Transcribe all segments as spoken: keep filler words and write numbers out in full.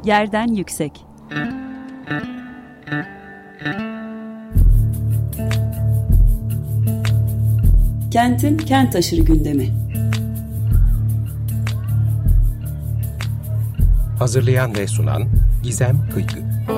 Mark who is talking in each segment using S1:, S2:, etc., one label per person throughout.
S1: Yerden yüksek. Kentin kent aşırı gündemi.
S2: Hazırlayan ve sunan Gizem Kıykı.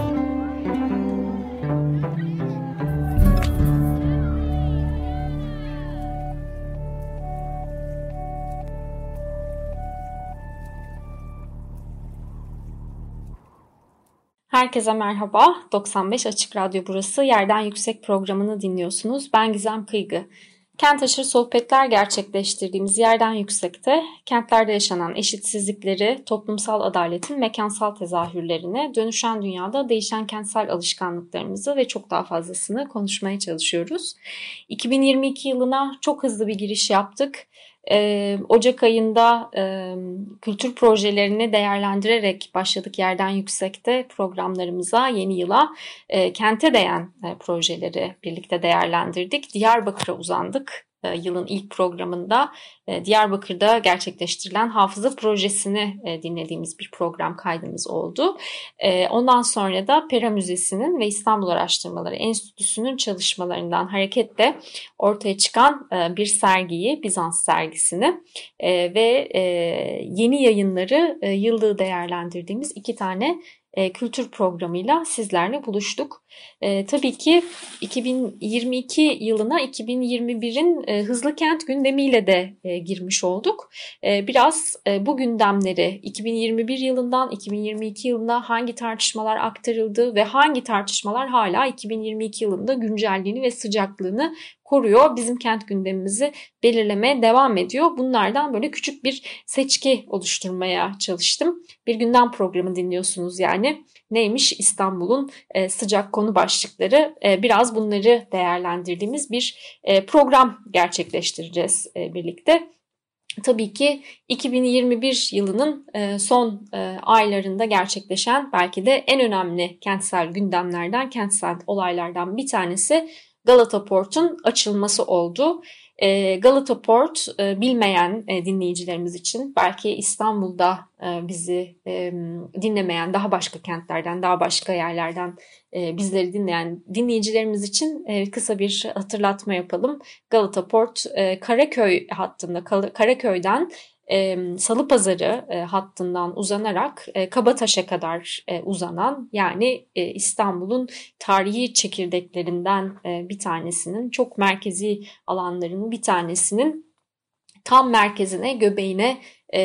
S3: Herkese merhaba. doksan beş Açık Radyo burası. Yerden Yüksek programını dinliyorsunuz. Ben Gizem Kıygı. Kent aşırı sohbetler gerçekleştirdiğimiz Yerden Yüksek'te kentlerde yaşanan eşitsizlikleri, toplumsal adaletin mekansal tezahürlerini, dönüşen dünyada değişen kentsel alışkanlıklarımızı ve çok daha fazlasını konuşmaya çalışıyoruz. iki bin yirmi iki yılına çok hızlı bir giriş yaptık. Ee, Ocak ayında e, kültür projelerini değerlendirerek başladık Yerden Yüksek'te programlarımıza, yeni yıla e, kente değen e, projeleri birlikte değerlendirdik. Diyarbakır'a uzandık. Yılın ilk programında Diyarbakır'da gerçekleştirilen hafıza projesini dinlediğimiz bir program kaydımız oldu. Ondan sonra da Pera Müzesi'nin ve İstanbul Araştırmaları Enstitüsü'nün çalışmalarından hareketle ortaya çıkan bir sergiyi, Bizans sergisini ve yeni yayınları yıllığı değerlendirdiğimiz iki tane kültür programıyla sizlerle buluştuk. E, tabii ki iki bin yirmi iki yılına iki bin yirmi birin e, hızlı kent gündemiyle de e, girmiş olduk. E, biraz e, bu gündemleri iki bin yirmi bir yılından iki bin yirmi iki yılına hangi tartışmalar aktarıldı ve hangi tartışmalar hala iki bin yirmi iki yılında güncelliğini ve sıcaklığını koruyor. Bizim kent gündemimizi belirlemeye devam ediyor. Bunlardan böyle küçük bir seçki oluşturmaya çalıştım. Bir gündem programı dinliyorsunuz yani. Neymiş İstanbul'un e, sıcak konu başlıkları? E, biraz bunları değerlendirdiğimiz bir e, program gerçekleştireceğiz e, birlikte. Tabii ki iki bin yirmi bir yılının son aylarında gerçekleşen belki de en önemli kentsel gündemlerden, kentsel olaylardan bir tanesi Galata Port'un açılması oldu. Galata Port bilmeyen dinleyicilerimiz için, belki İstanbul'da bizi dinlemeyen, daha başka kentlerden, daha başka yerlerden bizleri dinleyen dinleyicilerimiz için kısa bir hatırlatma yapalım. Galata Port Karaköy hattında, Karaköy'den Salıpazarı hattından uzanarak Kabataş'a kadar uzanan, yani İstanbul'un tarihi çekirdeklerinden bir tanesinin, çok merkezi alanlarının bir tanesinin tam merkezine, göbeğine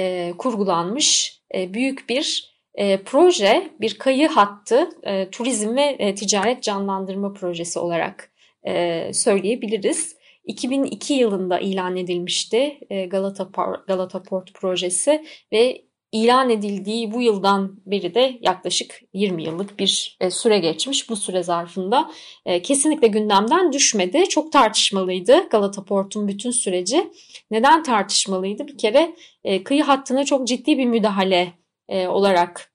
S3: kurgulanmış büyük bir proje, bir kayı hattı, turizm ve ticaret canlandırma projesi olarak söyleyebiliriz. iki bin iki yılında ilan edilmişti Galata, Galata Port projesi ve ilan edildiği bu yıldan beri de yaklaşık yirmi yıllık bir süre geçmiş. Bu süre zarfında kesinlikle gündemden düşmedi. Çok tartışmalıydı Galata Port'un bütün süreci. Neden tartışmalıydı? Bir kere kıyı hattına çok ciddi bir müdahale olarak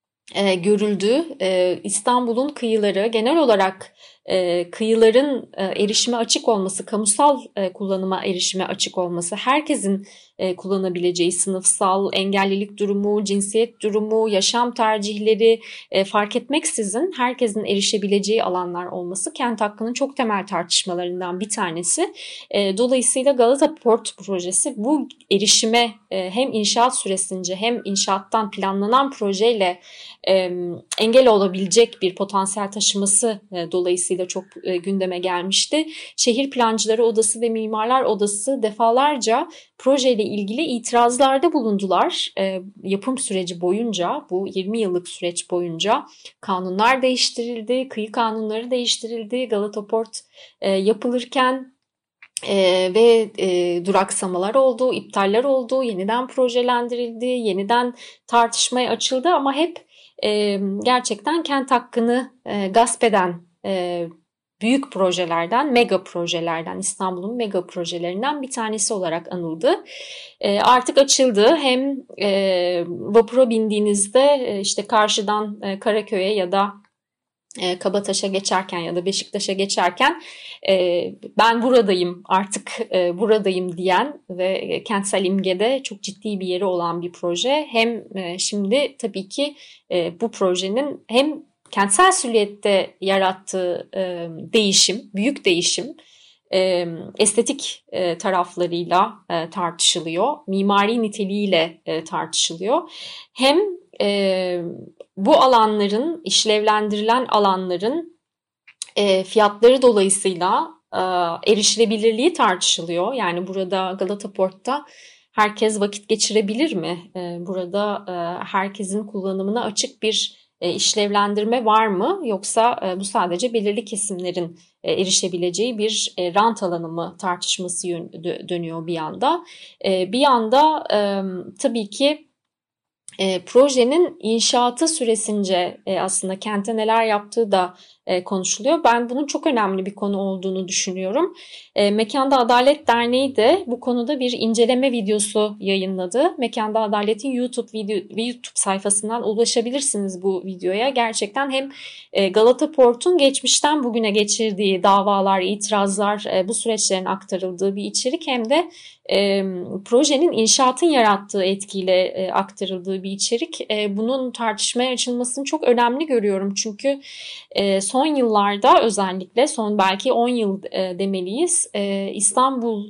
S3: görüldü. İstanbul'un kıyıları, genel olarak E, kıyıların e, erişime açık olması, kamusal e, kullanıma erişime açık olması, herkesin e, kullanabileceği, sınıfsal, engellilik durumu, cinsiyet durumu, yaşam tercihleri e, fark etmeksizin herkesin erişebileceği alanlar olması kent hakkının çok temel tartışmalarından bir tanesi. E, dolayısıyla Galata Port projesi bu erişime e, hem inşaat süresince hem inşaattan planlanan projeyle e, engel olabilecek bir potansiyel taşıması e, dolayısıyla çok e, gündeme gelmişti. Şehir Plancıları Odası ve Mimarlar Odası defalarca projeyle ilgili itirazlarda bulundular. E, yapım süreci boyunca, bu yirmi yıllık süreç boyunca kanunlar değiştirildi, kıyı kanunları değiştirildi. Galata Port e, yapılırken Ee, ve e, duraksamalar oldu, iptaller oldu, yeniden projelendirildi, yeniden tartışmaya açıldı ama hep e, gerçekten kent hakkını e, gasp eden e, büyük projelerden, mega projelerden, İstanbul'un mega projelerinden bir tanesi olarak anıldı. E, artık açıldı. Hem e, vapura bindiğinizde e, işte karşıdan e, Karaköy'e ya da e, Kabataş'a geçerken ya da Beşiktaş'a geçerken e, ben buradayım artık e, buradayım diyen ve kentsel imgede çok ciddi bir yeri olan bir proje. Hem e, şimdi tabii ki e, bu projenin hem kentsel silüette yarattığı e, değişim, büyük değişim, e, estetik e, taraflarıyla e, tartışılıyor, mimari niteliğiyle e, tartışılıyor. Hem e, bu alanların, işlevlendirilen alanların e, fiyatları dolayısıyla e, erişilebilirliği tartışılıyor. Yani burada Galata Port'ta herkes vakit geçirebilir mi? E, burada e, herkesin kullanımına açık bir e, işlevlendirme var mı? Yoksa e, bu sadece belirli kesimlerin e, erişebileceği bir e, rant alanı mı tartışması yön, dö, dönüyor bir yanda. E, bir yanda e, tabii ki E, projenin inşaatı süresince e, aslında kente neler yaptığı da e, konuşuluyor. Ben bunun çok önemli bir konu olduğunu düşünüyorum. E, Mekanda Adalet Derneği de bu konuda bir inceleme videosu yayınladı. Mekanda Adalet'in YouTube video, YouTube sayfasından ulaşabilirsiniz bu videoya. Gerçekten hem e, Galata Port'un geçmişten bugüne geçirdiği davalar, itirazlar, e, bu süreçlerin aktarıldığı bir içerik, hem de E, projenin inşaatın yarattığı etkiyle e, aktarıldığı bir içerik. E, bunun tartışmaya açılmasını çok önemli görüyorum. Çünkü e, son yıllarda, özellikle son belki on yıl e, demeliyiz, e, İstanbul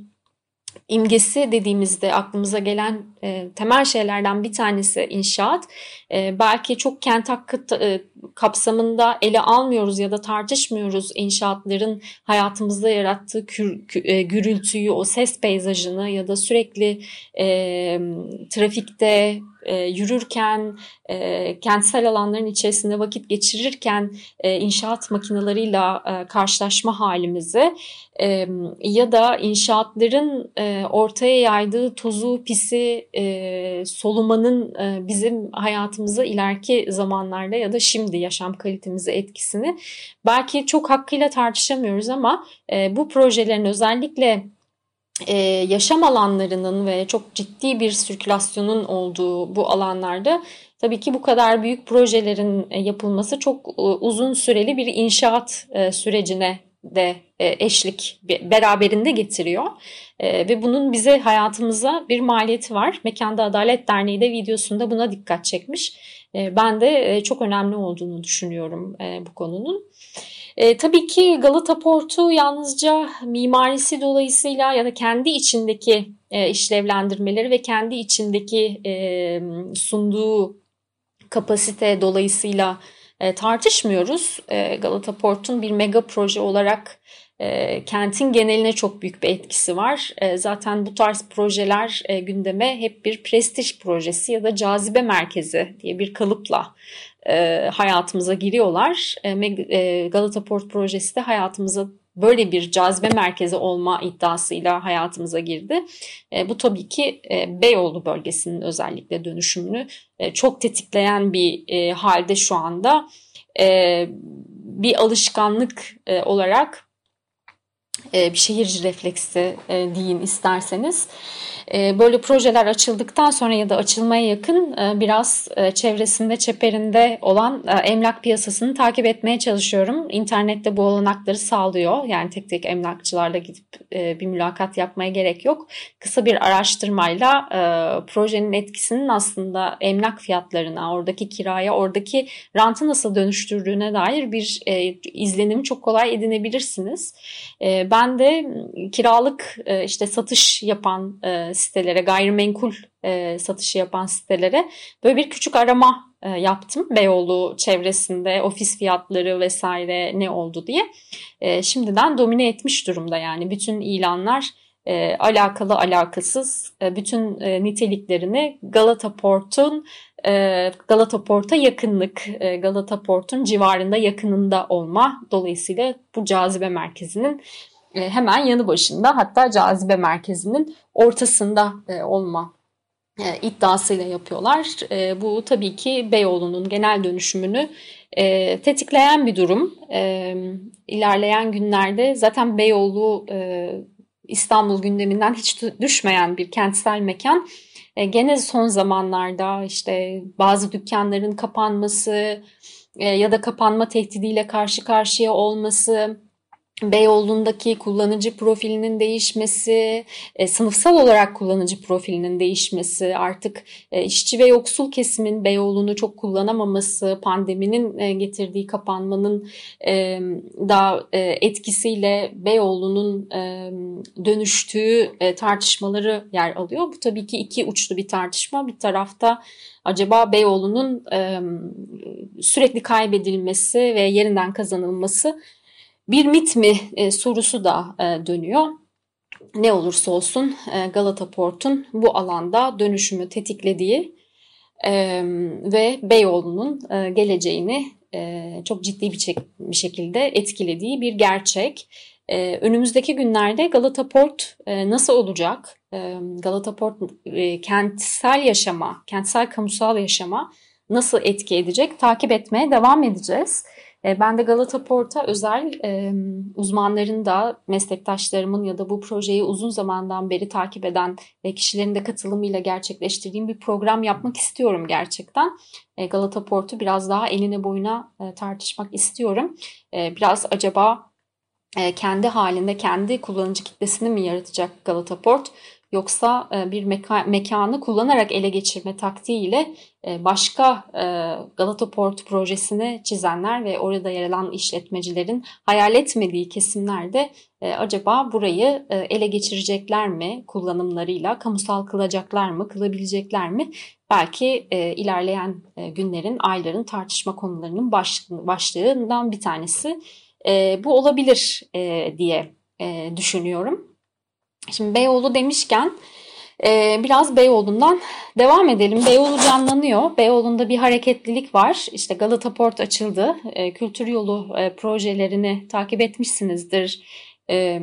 S3: imgesi dediğimizde aklımıza gelen e, temel şeylerden bir tanesi inşaat. E, belki çok kent hakkı e, kapsamında ele almıyoruz ya da tartışmıyoruz inşaatların hayatımızda yarattığı kür, kü, e, gürültüyü, o ses peyzajını ya da sürekli e, trafikte e, yürürken, e, kentsel alanların içerisinde vakit geçirirken e, inşaat makineleriyle e, karşılaşma halimizi e, ya da inşaatların e, ortaya yaydığı tozu, pisi e, solumanın e, bizim hayatımıza ileriki zamanlarda ya da şimdi yaşam kalitemize etkisini belki çok hakkıyla tartışamıyoruz, ama e, bu projelerin özellikle Ee, yaşam alanlarının ve çok ciddi bir sirkülasyonun olduğu bu alanlarda tabii ki bu kadar büyük projelerin yapılması çok e, uzun süreli bir inşaat e, sürecine de e, eşlik beraberinde getiriyor. E, ve bunun bize, hayatımıza bir maliyeti var. Mekanda Adalet Derneği de videosunda buna dikkat çekmiş. E, ben de e, çok önemli olduğunu düşünüyorum e, bu konunun. E, tabii ki Galata Port'u yalnızca mimarisi dolayısıyla ya da kendi içindeki e, işlevlendirmeleri ve kendi içindeki e, sunduğu kapasite dolayısıyla e, tartışmıyoruz. E, Galata Port'un bir mega proje olarak e, kentin geneline çok büyük bir etkisi var. E, zaten bu tarz projeler e, gündeme hep bir prestij projesi ya da cazibe merkezi diye bir kalıpla E, hayatımıza giriyorlar. E, Galata Port projesi de hayatımıza böyle bir cazibe merkezi olma iddiasıyla hayatımıza girdi. E, bu tabii ki e, Beyoğlu bölgesinin özellikle dönüşümünü e, çok tetikleyen bir e, halde şu anda. E, bir alışkanlık e, olarak e, bir şehirci refleksi e, deyin isterseniz. Böyle projeler açıldıktan sonra ya da açılmaya yakın biraz çevresinde, çeperinde olan emlak piyasasını takip etmeye çalışıyorum. İnternette bu olanakları sağlıyor. Yani tek tek emlakçılarla gidip bir mülakat yapmaya gerek yok. Kısa bir araştırmayla projenin etkisinin aslında emlak fiyatlarına, oradaki kiraya, oradaki rantı nasıl dönüştürdüğüne dair bir izlenim çok kolay edinebilirsiniz. Ben de kiralık işte satış yapan sitelere, gayrimenkul e, satışı yapan sitelere böyle bir küçük arama e, yaptım. Beyoğlu çevresinde ofis fiyatları vesaire ne oldu diye. E, şimdiden domine etmiş durumda yani. Bütün ilanlar e, alakalı alakasız e, bütün e, niteliklerini Galata Port'un e, Galata Port'a yakınlık, e, Galata Port'un civarında, yakınında olma. Dolayısıyla bu cazibe merkezinin hemen yanı başında, hatta cazibe merkezinin ortasında olma iddiasıyla yapıyorlar. Bu tabii ki Beyoğlu'nun genel dönüşümünü tetikleyen bir durum. İlerleyen günlerde zaten Beyoğlu İstanbul gündeminden hiç düşmeyen bir kentsel mekan. E, gene son zamanlarda işte bazı dükkanların kapanması e, ya da kapanma tehdidiyle karşı karşıya olması, Beyoğlu'ndaki kullanıcı profilinin değişmesi, e, sınıfsal olarak kullanıcı profilinin değişmesi, artık e, işçi ve yoksul kesimin Beyoğlu'nu çok kullanamaması, pandeminin e, getirdiği kapanmanın e, da e, etkisiyle Beyoğlu'nun e, dönüştüğü e, tartışmaları yer alıyor. Bu tabii ki iki uçlu bir tartışma. Bir tarafta acaba Beyoğlu'nun e, sürekli kaybedilmesi ve yeniden kazanılması bir mit mi e, sorusu da e, dönüyor. Ne olursa olsun e, Galata Port'un bu alanda dönüşümü tetiklediği e, ve Beyoğlu'nun e, geleceğini e, çok ciddi bir, bir şekilde etkilediği bir gerçek. E, önümüzdeki günlerde Galata Port e, nasıl olacak? E, Galata Port e, kentsel yaşama, kentsel kamusal yaşama nasıl etki edecek? Takip etmeye devam edeceğiz. Ben de Galata Port'a özel e, uzmanların da, meslektaşlarımın ya da bu projeyi uzun zamandan beri takip eden ve kişilerin de katılımıyla gerçekleştirdiğim bir program yapmak istiyorum gerçekten. E, Galata Port'u biraz daha enine boyuna e, tartışmak istiyorum. E, biraz acaba e, kendi halinde, kendi kullanıcı kitlesini mi yaratacak Galata Port? Yoksa bir meka- mekanı kullanarak ele geçirme taktiğiyle başka Galata Port projesini çizenler ve orada yer alan işletmecilerin hayal etmediği kesimlerde acaba burayı ele geçirecekler mi kullanımlarıyla, kamusal kılacaklar mı, kılabilecekler mi? Belki ilerleyen günlerin, ayların tartışma konularının baş- başlığından bir tanesi bu olabilir diye düşünüyorum. Şimdi Beyoğlu demişken e, biraz Beyoğlu'ndan devam edelim. Beyoğlu canlanıyor. Beyoğlu'nda bir hareketlilik var. İşte Galata Port açıldı. E, Kültür Yolu e, projelerini takip etmişsinizdir. E,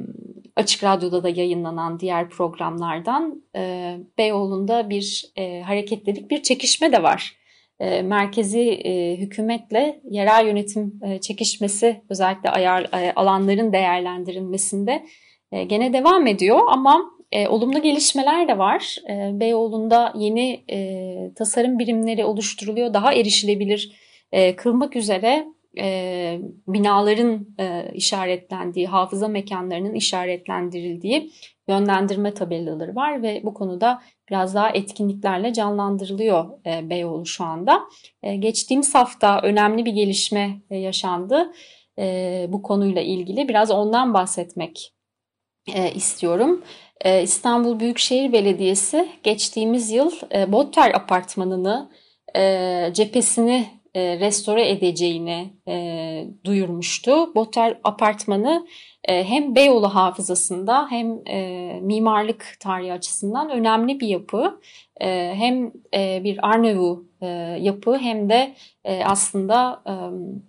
S3: Açık Radyo'da da yayınlanan diğer programlardan e, Beyoğlu'nda bir e, hareketlilik, bir çekişme de var. E, merkezi e, hükümetle yerel yönetim e, çekişmesi, özellikle ayar, e, alanların değerlendirilmesinde gene devam ediyor ama e, olumlu gelişmeler de var. E, Beyoğlu'nda yeni e, tasarım birimleri oluşturuluyor. Daha erişilebilir e, kılmak üzere e, binaların e, işaretlendiği, hafıza mekanlarının işaretlendirildiği yönlendirme tabelaları var ve bu konuda biraz daha etkinliklerle canlandırılıyor e, Beyoğlu şu anda. E, geçtiğimiz hafta önemli bir gelişme e, yaşandı e, bu konuyla ilgili. Biraz ondan bahsetmek E, istiyorum. E, İstanbul Büyükşehir Belediyesi geçtiğimiz yıl e, Botter Apartmanı'nı e, cephesini e, restore edeceğini e, duyurmuştu. Botter Apartmanı e, hem Beyoğlu hafızasında hem e, mimarlık tarihi açısından önemli bir yapı. E, hem e, bir Art Nouveau e, yapı hem de e, aslında e,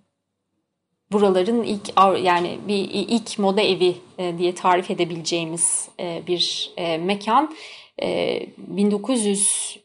S3: buraların ilk yani bir ilk moda evi diye tarif edebileceğimiz bir mekan. bin dokuz yüz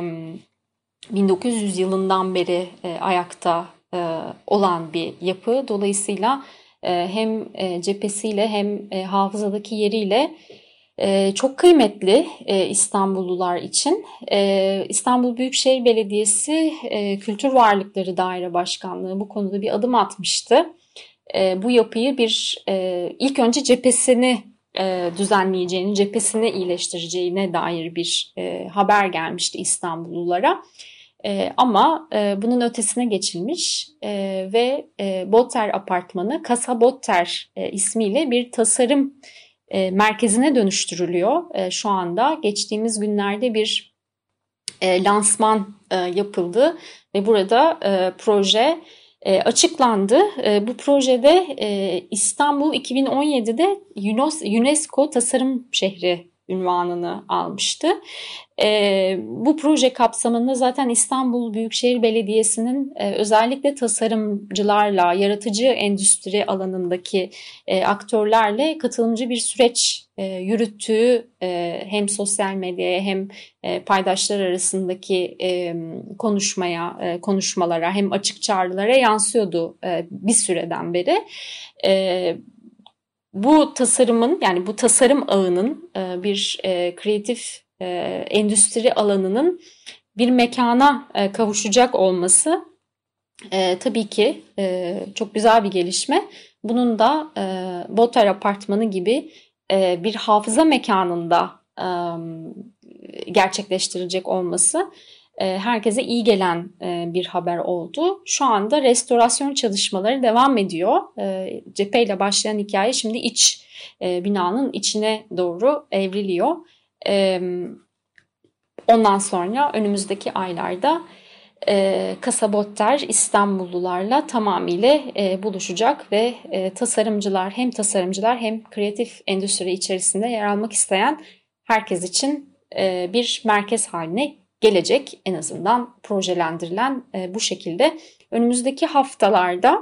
S3: bin dokuz yüz yılından beri ayakta olan bir yapı. Dolayısıyla hem cephesiyle hem hafızadaki yeriyle çok kıymetli İstanbullular için. İstanbul Büyükşehir Belediyesi Kültür Varlıkları Daire Başkanlığı bu konuda bir adım atmıştı. Bu yapıyı bir ilk önce cephesini düzenleyeceğini, cephesini iyileştireceğine dair bir haber gelmişti İstanbullulara. Ama bunun ötesine geçilmiş ve Botter Apartmanı Casa Botter ismiyle bir tasarım merkezine dönüştürülüyor. Şu anda geçtiğimiz günlerde bir lansman yapıldı ve burada proje açıklandı. Bu projede İstanbul iki bin on yedide UNESCO Tasarım Şehri unvanını almıştı. Bu proje kapsamında zaten İstanbul Büyükşehir Belediyesi'nin özellikle tasarımcılarla, yaratıcı endüstri alanındaki aktörlerle katılımcı bir süreç yürüttüğü hem sosyal medyaya hem paydaşlar arasındaki konuşmaya, konuşmalara hem açık çağrılara yansıyordu bir süreden beri. Bu tasarımın yani bu tasarım ağının bir kreatif e, endüstri alanının bir mekana e, kavuşacak olması e, tabii ki e, çok güzel bir gelişme. Bunun da e, Boter Apartmanı gibi e, bir hafıza mekanında e, gerçekleştirilecek olması e, herkese iyi gelen e, bir haber oldu. Şu anda restorasyon çalışmaları devam ediyor. E, cepheyle başlayan hikaye şimdi iç e, binanın içine doğru evriliyor. E, ondan sonra önümüzdeki aylarda E, Casa Botter İstanbullularla tamamıyla e, buluşacak ve e, tasarımcılar hem tasarımcılar hem kreatif endüstri içerisinde yer almak isteyen herkes için e, bir merkez haline gelecek. En azından projelendirilen e, bu şekilde. Önümüzdeki haftalarda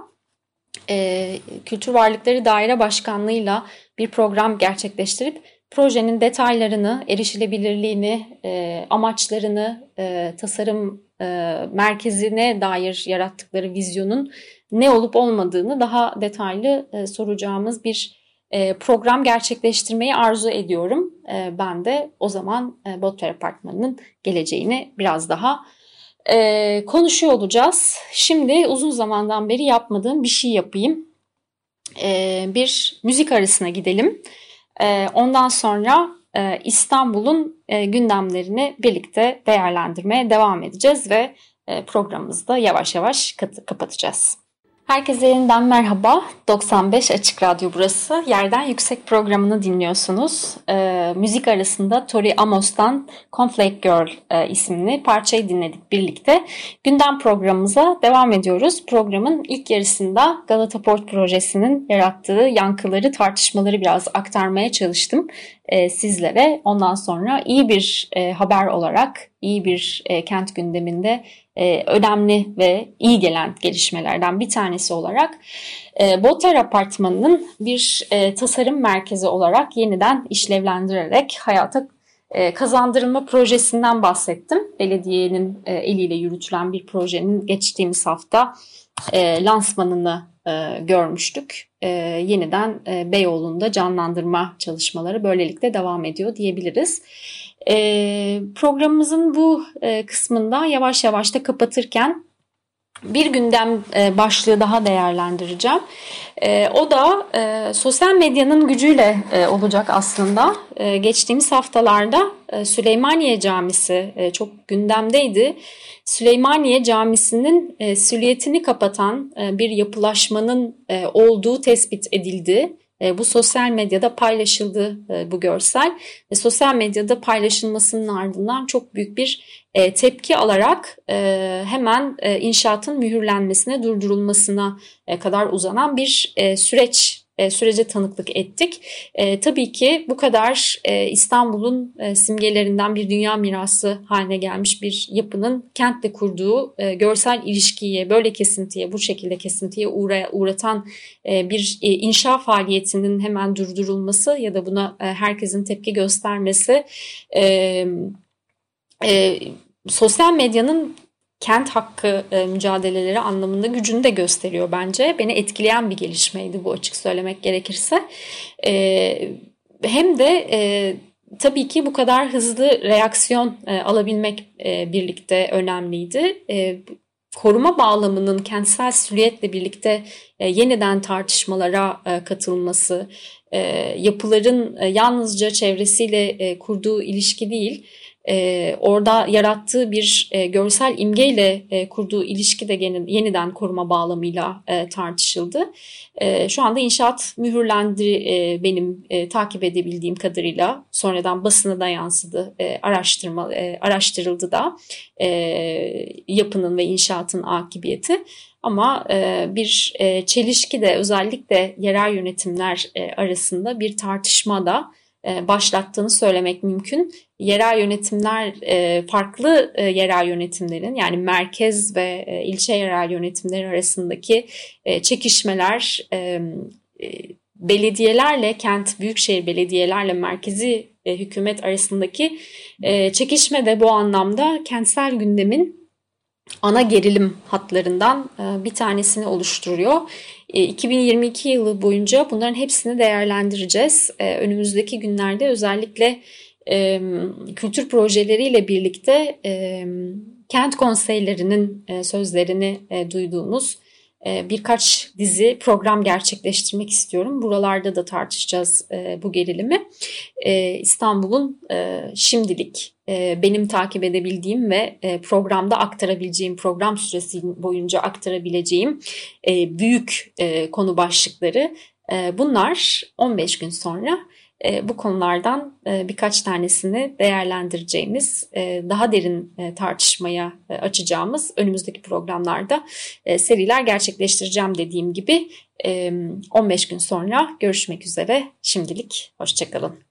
S3: e, Kültür Varlıkları Daire Başkanlığı'yla bir program gerçekleştirip projenin detaylarını, erişilebilirliğini, e, amaçlarını, e, tasarım e, merkezine dair yarattıkları vizyonun ne olup olmadığını daha detaylı e, soracağımız bir e, program gerçekleştirmeyi arzu ediyorum. E, ben de o zaman e, Botter Apartmanı'nın geleceğini biraz daha e, konuşuyor olacağız. Şimdi uzun zamandan beri yapmadığım bir şey yapayım. E, bir müzik arasına gidelim. Ondan sonra İstanbul'un gündemlerini birlikte değerlendirmeye devam edeceğiz ve programımızı da yavaş yavaş kapatacağız. Herkese yeniden merhaba. doksan beş Açık Radyo burası. Yerden Yüksek programını dinliyorsunuz. E, müzik arasında Tori Amos'tan Cornflake Girl e, isimli parçayı dinledik birlikte. Gündem programımıza devam ediyoruz. Programın ilk yarısında Galata Port projesinin yarattığı yankıları, tartışmaları biraz aktarmaya çalıştım e, sizlere. Ondan sonra iyi bir e, haber olarak, iyi bir e, kent gündeminde Ee, önemli ve iyi gelen gelişmelerden bir tanesi olarak e, Boter Apartmanı'nın bir e, tasarım merkezi olarak yeniden işlevlendirerek hayata e, kazandırılma projesinden bahsettim. Belediyenin e, eliyle yürütülen bir projenin geçtiğimiz hafta e, lansmanını e, görmüştük. E, yeniden e, Beyoğlu'nda canlandırma çalışmaları böylelikle devam ediyor diyebiliriz. E, programımızın bu e, kısmında yavaş yavaş da kapatırken bir gündem e, başlığı daha değerlendireceğim. E, o da e, sosyal medyanın gücüyle e, olacak aslında. E, geçtiğimiz haftalarda e, Süleymaniye Camisi e, çok gündemdeydi. Süleymaniye Camisi'nin e, silüetini kapatan e, bir yapılaşmanın e, olduğu tespit edildi. E, bu sosyal medyada paylaşıldı e, bu görsel ve sosyal medyada paylaşılmasının ardından çok büyük bir e, tepki alarak e, hemen e, inşaatın mühürlenmesine, durdurulmasına e, kadar uzanan bir e, süreç e, sürece tanıklık ettik. E, tabii ki bu kadar e, İstanbul'un e, simgelerinden bir dünya mirası haline gelmiş bir yapının kentle kurduğu e, görsel ilişkiye, böyle kesintiye, bu şekilde kesintiye uğra- uğratan e, bir e, inşa faaliyetinin hemen durdurulması ya da buna e, herkesin tepki göstermesi e, e, sosyal medyanın kent hakkı e, mücadeleleri anlamında gücünü de gösteriyor bence. Beni etkileyen bir gelişmeydi bu, açık söylemek gerekirse. E, hem de e, tabii ki bu kadar hızlı reaksiyon e, alabilmek e, birlikte önemliydi. E, koruma bağlamının kentsel silüetle birlikte e, yeniden tartışmalara e, katılması, e, yapıların e, yalnızca çevresiyle e, kurduğu ilişki değil, Ee, orada yarattığı bir e, görsel imgeyle e, kurduğu ilişki de gene, yeniden koruma bağlamıyla e, tartışıldı. E, şu anda inşaat mühürlendi e, benim e, takip edebildiğim kadarıyla. Sonradan basına da yansıdı, e, araştırma e, araştırıldı da e, yapının ve inşaatın akıbeti. Ama e, bir e, çelişki de özellikle yerel yönetimler e, arasında bir tartışma da başlattığını söylemek mümkün. Yerel yönetimler, farklı yerel yönetimlerin, yani merkez ve ilçe yerel yönetimleri arasındaki çekişmeler, belediyelerle, kent büyükşehir belediyelerle merkezi hükümet arasındaki çekişme de bu anlamda kentsel gündemin ana gerilim hatlarından bir tanesini oluşturuyor. iki bin yirmi iki yılı boyunca bunların hepsini değerlendireceğiz. Önümüzdeki günlerde özellikle e, kültür projeleriyle birlikte e, kent konseylerinin e, sözlerini e, duyduğumuz e, birkaç dizi program gerçekleştirmek istiyorum. Buralarda da tartışacağız e, bu gerilimi. E, İstanbul'un e, şimdilik e, benim takip edebildiğim ve e, programda aktarabileceğim, program süresi boyunca aktarabileceğim e, büyük e, konu başlıkları. E, bunlar on beş gün sonra bu konulardan birkaç tanesini değerlendireceğimiz, daha derin tartışmaya açacağımız önümüzdeki programlarda seriler gerçekleştireceğim dediğim gibi on beş gün sonra görüşmek üzere. Şimdilik hoşça kalın.